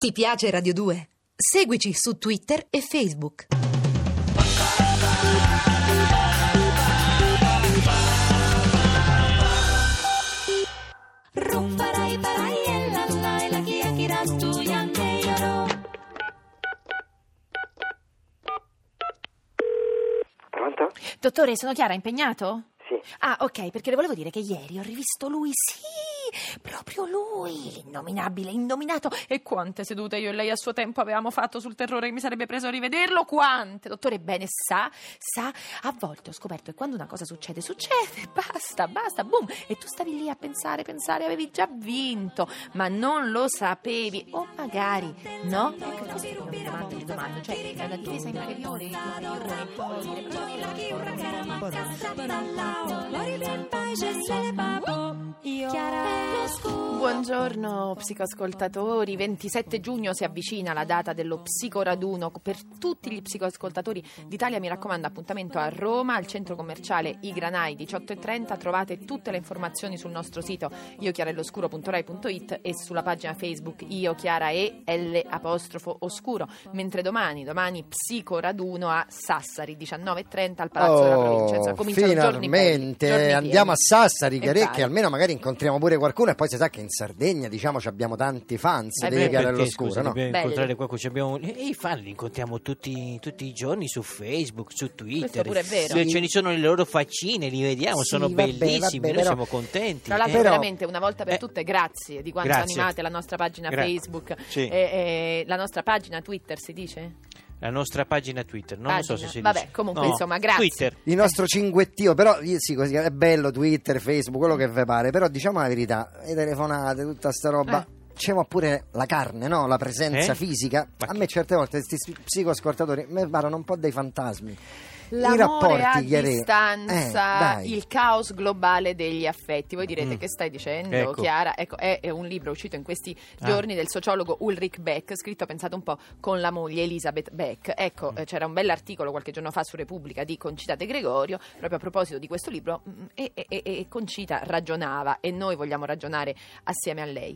Ti piace Radio 2? Seguici su Twitter e Facebook. Pronto? Dottore, sono Chiara, impegnato? Sì. Ah, ok, perché le volevo dire che ieri ho rivisto lui, sì, proprio lui, l'innominabile, innominato. E quante sedute io e lei a suo tempo avevamo fatto sul terrore che mi sarebbe preso a rivederlo, quante! Dottore, bene, sa, a volte ho scoperto che quando una cosa succede, basta, boom, e tu stavi lì a pensare, avevi già vinto, ma non lo sapevi, o magari, no? Ecco, questo è un domando, cioè, è una difesa inferiore, Buongiorno psicoascoltatori, 27 giugno si avvicina la data dello psicoraduno. Per tutti gli psicoascoltatori d'Italia mi raccomando appuntamento a Roma, al centro commerciale I Granai 18:30. Trovate tutte le informazioni sul nostro sito iochiarelloscuro.rai.it e sulla pagina Facebook Io Chiara e L'_oscuro. Mentre domani psicoraduno a Sassari 19:30 al Palazzo della Provincia. Insomma, cominciano finalmente giorni pieni. andiamo a Sassari, che Esatto. almeno magari incontriamo pure qualcuno, e poi si sa che in Sardegna, diciamo, abbiamo tanti fans di Chiarello Oscuro, no? Dobbiamo Belli. incontrare qualcuno, e i fan li incontriamo tutti i giorni su Facebook, su Twitter. Questo pure è vero. Ce ne sono le loro faccine, li vediamo, Sì, sono vabbè, bellissimi, noi però- siamo contenti. Tra l'altro, Però- veramente, una volta per tutte, grazie di quanto Grazie. animate la nostra pagina Facebook Sì. e la nostra pagina Twitter, si dice? La nostra pagina Twitter, non lo so se si dice. Vabbè, comunque, insomma, grazie. Twitter. Il nostro cinguettio, però sì, così è bello Twitter, Facebook, quello che vi pare, però diciamo la verità, le telefonate, tutta sta roba, c'è pure la carne, no? La presenza fisica. Ma A me certe volte questi psicoascoltatori mi parlano un po' dei fantasmi. I L'amore rapporti, a Chiarè. distanza, Dai. il caos globale degli affetti. Voi direte che stai dicendo, Ecco. Chiara? Ecco, è un libro uscito in questi giorni del sociologo Ulrich Beck, scritto, pensate un po', con la moglie Elisabeth Beck. Ecco, c'era un bell'articolo qualche giorno fa su Repubblica di Concita De Gregorio, proprio a proposito di questo libro, e Concita ragionava, e noi vogliamo ragionare assieme a lei.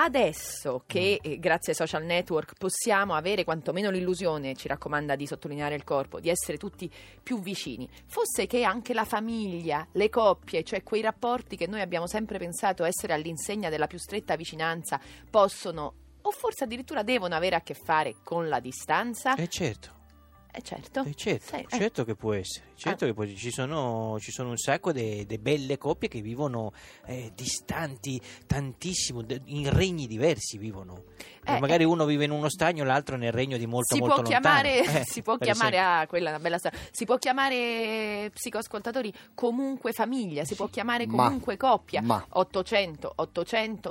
Adesso che grazie ai social network possiamo avere quantomeno l'illusione, ci raccomanda di sottolineare il corpo, di essere tutti più vicini, fosse che anche la famiglia, le coppie, cioè quei rapporti che noi abbiamo sempre pensato essere all'insegna della più stretta vicinanza, possono o forse addirittura devono avere a che fare con la distanza? Certo. Certo. Sì, Certo che può essere, che ci sono un sacco di belle coppie che vivono distanti tantissimo, in regni diversi vivono. Magari uno vive in uno stagno, l'altro nel regno di molto si molto può lontano. chiamare, si può chiamare quella è una bella storia. Si può chiamare psicoascoltatori comunque famiglia, si può chiamare comunque coppia. 800 800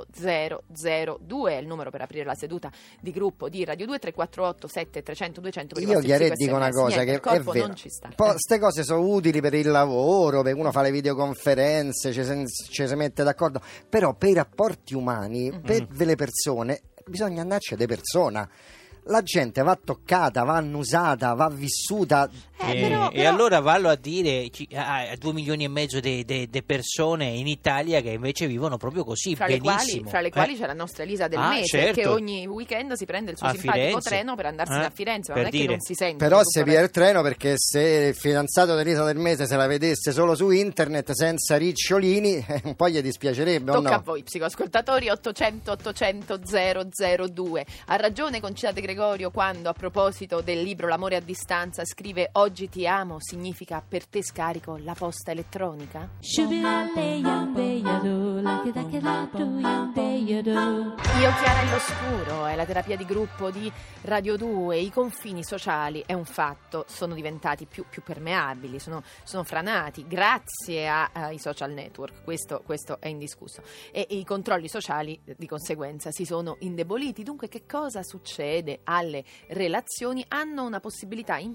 002 è il numero per aprire la seduta di gruppo di Radio 2, 348 7300 200 per i Io vostri Chiarè psico dico una SMS. cosa, Niente, che il corpo è vero. non ci sta. Queste cose sono utili per il lavoro, per uno fa le videoconferenze, ci si mette d'accordo, però per i rapporti umani, per delle persone, bisogna andarci de persona. La gente va toccata, va annusata, va vissuta. Però- E allora vallo a dire a 2 milioni e mezzo di persone in Italia che invece vivono proprio così, fra le benissimo. quali c'è la nostra Elisa del mese, certo. che ogni weekend si prende il suo A simpatico Firenze. treno per andarsene a Firenze, ma Per non è che dire. non si sente. Però tutto se il via il resto. treno, perché se il fidanzato dell'Elisa del mese se la vedesse solo su internet senza ricciolini, un po' gli dispiacerebbe, o Tocca a no? voi psicoascoltatori. 800 800 002. Ha ragione Concita De Gregorio quando, a proposito del libro L'amore a distanza, scrive: oggi ti amo significa per te scarico la posta elettronica? Io Chiara e l'oscuro è la terapia di gruppo di Radio 2. I confini sociali, è un fatto, sono diventati più permeabili, sono franati grazie ai social network, questo è indiscusso, e i controlli sociali di conseguenza si sono indeboliti. Dunque che cosa succede alle relazioni? Hanno una possibilità in più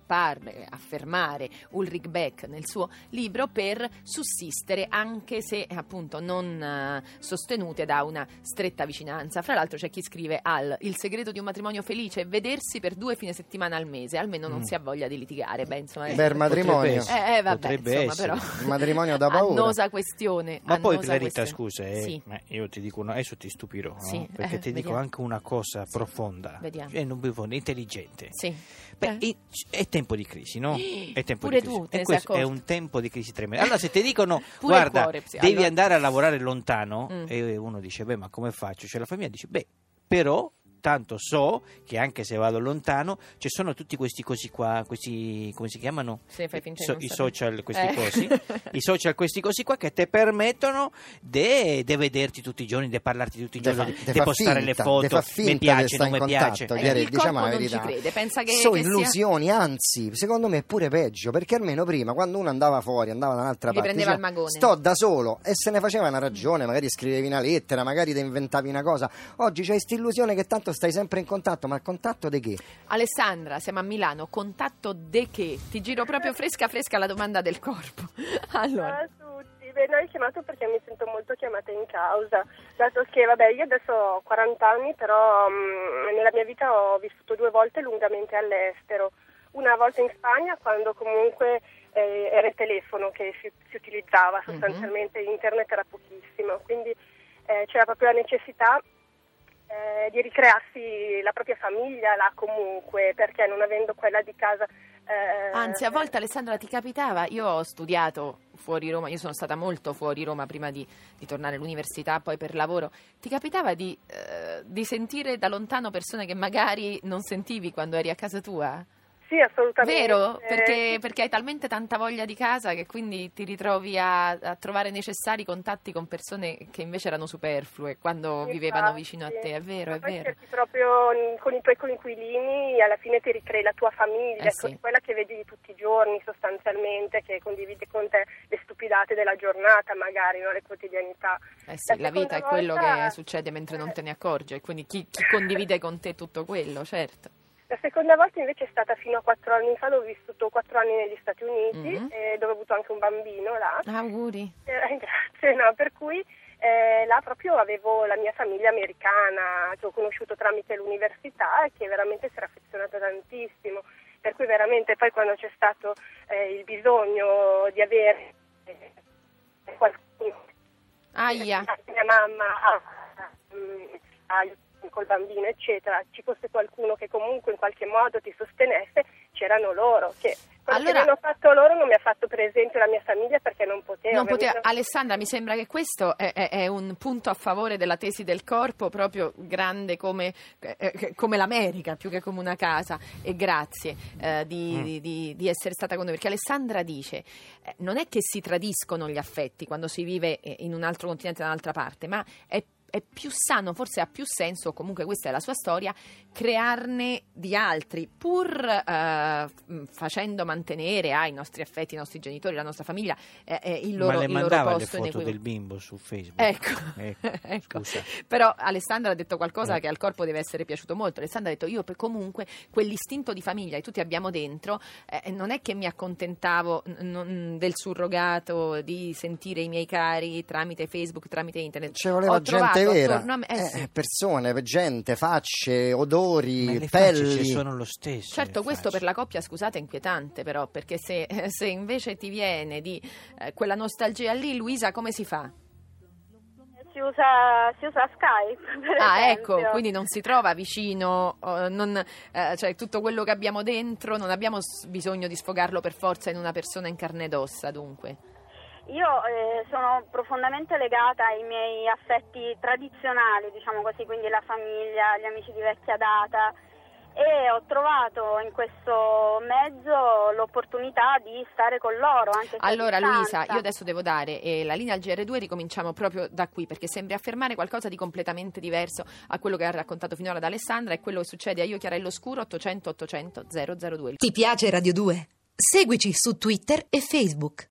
affermare Ulrich Beck nel suo libro, per sussistere anche se appunto non sostenute da una stretta vicinanza. Fra l'altro c'è chi scrive il segreto di un matrimonio felice è vedersi per 2 fine settimana al mese, almeno non si ha voglia di litigare. Beh, insomma, Bel matrimonio. Vabbè, insomma, però un matrimonio da paura. annosa questione. Ma poi la verità, questione. scusa, Sì. ma io ti dico adesso ti stupirò, no? Sì, Perché ti dico vediamo. anche una cosa profonda, Vediamo. non intelligente. Sì. Beh, è tempo di crisi, no? È tempo Pure di crisi. tu te E ne sei questo è accorto? un tempo di crisi tremenda. Allora, se ti dicono, Pure il guarda, cuore, sì, devi allora- andare a lavorare lontano, e uno dice, beh, ma come faccio? Cioè, la famiglia dice, beh, però tanto so che anche se vado lontano ci sono tutti questi cosi qua, questi, come si chiamano? Sì, fai finta di non I sapere. social, questi cosi, i social, questi cosi qua che ti permettono di vederti tutti i giorni, di parlarti tutti i giorni, di postare le foto, mi piace, non mi piace. Il Diciamo la corpo non verità. ci crede, pensa che sono che sia- illusioni, anzi, secondo me è pure peggio, perché almeno prima, quando uno andava fuori, andava da un'altra Gli parte, prendeva diceva, il magone. sto da solo, e se ne faceva una ragione, magari scrivevi una lettera, magari ti inventavi una cosa. Oggi c'è questa illusione che tanto stai sempre in contatto, ma il contatto di che? Alessandra, siamo a Milano, contatto de che? Ti giro proprio fresca la domanda del corpo. Allora, Ciao a tutti, beh, no, ho chiamato perché mi sento molto chiamata in causa, dato che vabbè, io adesso ho 40 anni, però nella mia vita ho vissuto 2 volte lungamente all'estero, una volta in Spagna quando comunque era il telefono che si utilizzava, sostanzialmente internet era pochissimo, quindi c'era proprio la necessità di ricrearsi la propria famiglia là comunque, perché non avendo quella di casa. anzi, a volte Alessandra ti capitava, io ho studiato fuori Roma, io sono stata molto fuori Roma prima di tornare all'università, poi per lavoro, ti capitava di sentire da lontano persone che magari non sentivi quando eri a casa tua? Sì, assolutamente. Vero? Perché hai talmente tanta voglia di casa che quindi ti ritrovi a trovare necessari contatti con persone che invece erano superflue quando vivevano vicino a te, è vero, Ma è poi vero. cerchi proprio con i tuoi coinquilini, alla fine ti ricrei la tua famiglia, Sì. quella che vedi tutti i giorni sostanzialmente, che condivide con te le stupidate della giornata magari, no? Le quotidianità. Sì, la vita è seconda quello volta- che succede mentre non te ne accorgi, e quindi chi condivide con te tutto quello, certo. La seconda volta invece è stata fino a 4 anni fa, dove ho vissuto 4 anni negli Stati Uniti, dove ho avuto anche un bambino là. Auguri. Grazie, no, per cui là proprio avevo la mia famiglia americana che ho conosciuto tramite l'università e che veramente si era affezionata tantissimo, per cui veramente poi quando c'è stato il bisogno di avere qualcuno, Aia. mia mamma col bambino eccetera, ci fosse qualcuno che comunque in qualche modo ti sostenesse, c'erano loro che quello Allora- che non ho fatto loro non mi ha fatto per esempio la mia famiglia, perché non potevo. Alessandra, mi sembra che questo è un punto a favore della tesi del corpo proprio grande come l'America, più che come una casa, e grazie di essere stata con noi, perché Alessandra dice non è che si tradiscono gli affetti quando si vive in un altro continente, da un'altra parte, ma è più sano, forse ha più senso, comunque questa è la sua storia, crearne di altri, pur facendo mantenere ai nostri affetti, i nostri genitori, la nostra famiglia, il loro, Ma le il loro mandava le posto foto inequivoco. del bimbo su Facebook. Ecco. Scusa. Però Alessandra ha detto qualcosa che al corpo deve essere piaciuto molto. Alessandra ha detto io comunque quell'istinto di famiglia che tutti abbiamo dentro, non è che mi accontentavo del surrogato, di sentire i miei cari tramite Facebook, tramite internet. Ci voleva Ho gente trovato vera, attorno a me- sì. persone, gente, facce, Ma odori, le facce pelli. ci sono lo stesso. Certo, le questo facce. per la coppia, scusate, è inquietante però, perché se invece ti viene di quella nostalgia lì, Luisa, come si fa? Si usa Skype, per esempio. Ecco, quindi non si trova vicino, cioè tutto quello che abbiamo dentro non abbiamo bisogno di sfogarlo per forza in una persona in carne ed ossa, dunque. Io sono profondamente legata ai miei affetti tradizionali, diciamo così, quindi la famiglia, gli amici di vecchia data, e ho trovato in questo mezzo l'opportunità di stare con loro, anche se Allora a distanza. Luisa, io adesso devo dare la linea al GR2, ricominciamo proprio da qui, perché sembri affermare qualcosa di completamente diverso a quello che ha raccontato finora ad Alessandra, e quello che succede a Io Chiarello Scuro 800 800 002. Ti piace Radio 2? Seguici su Twitter e Facebook.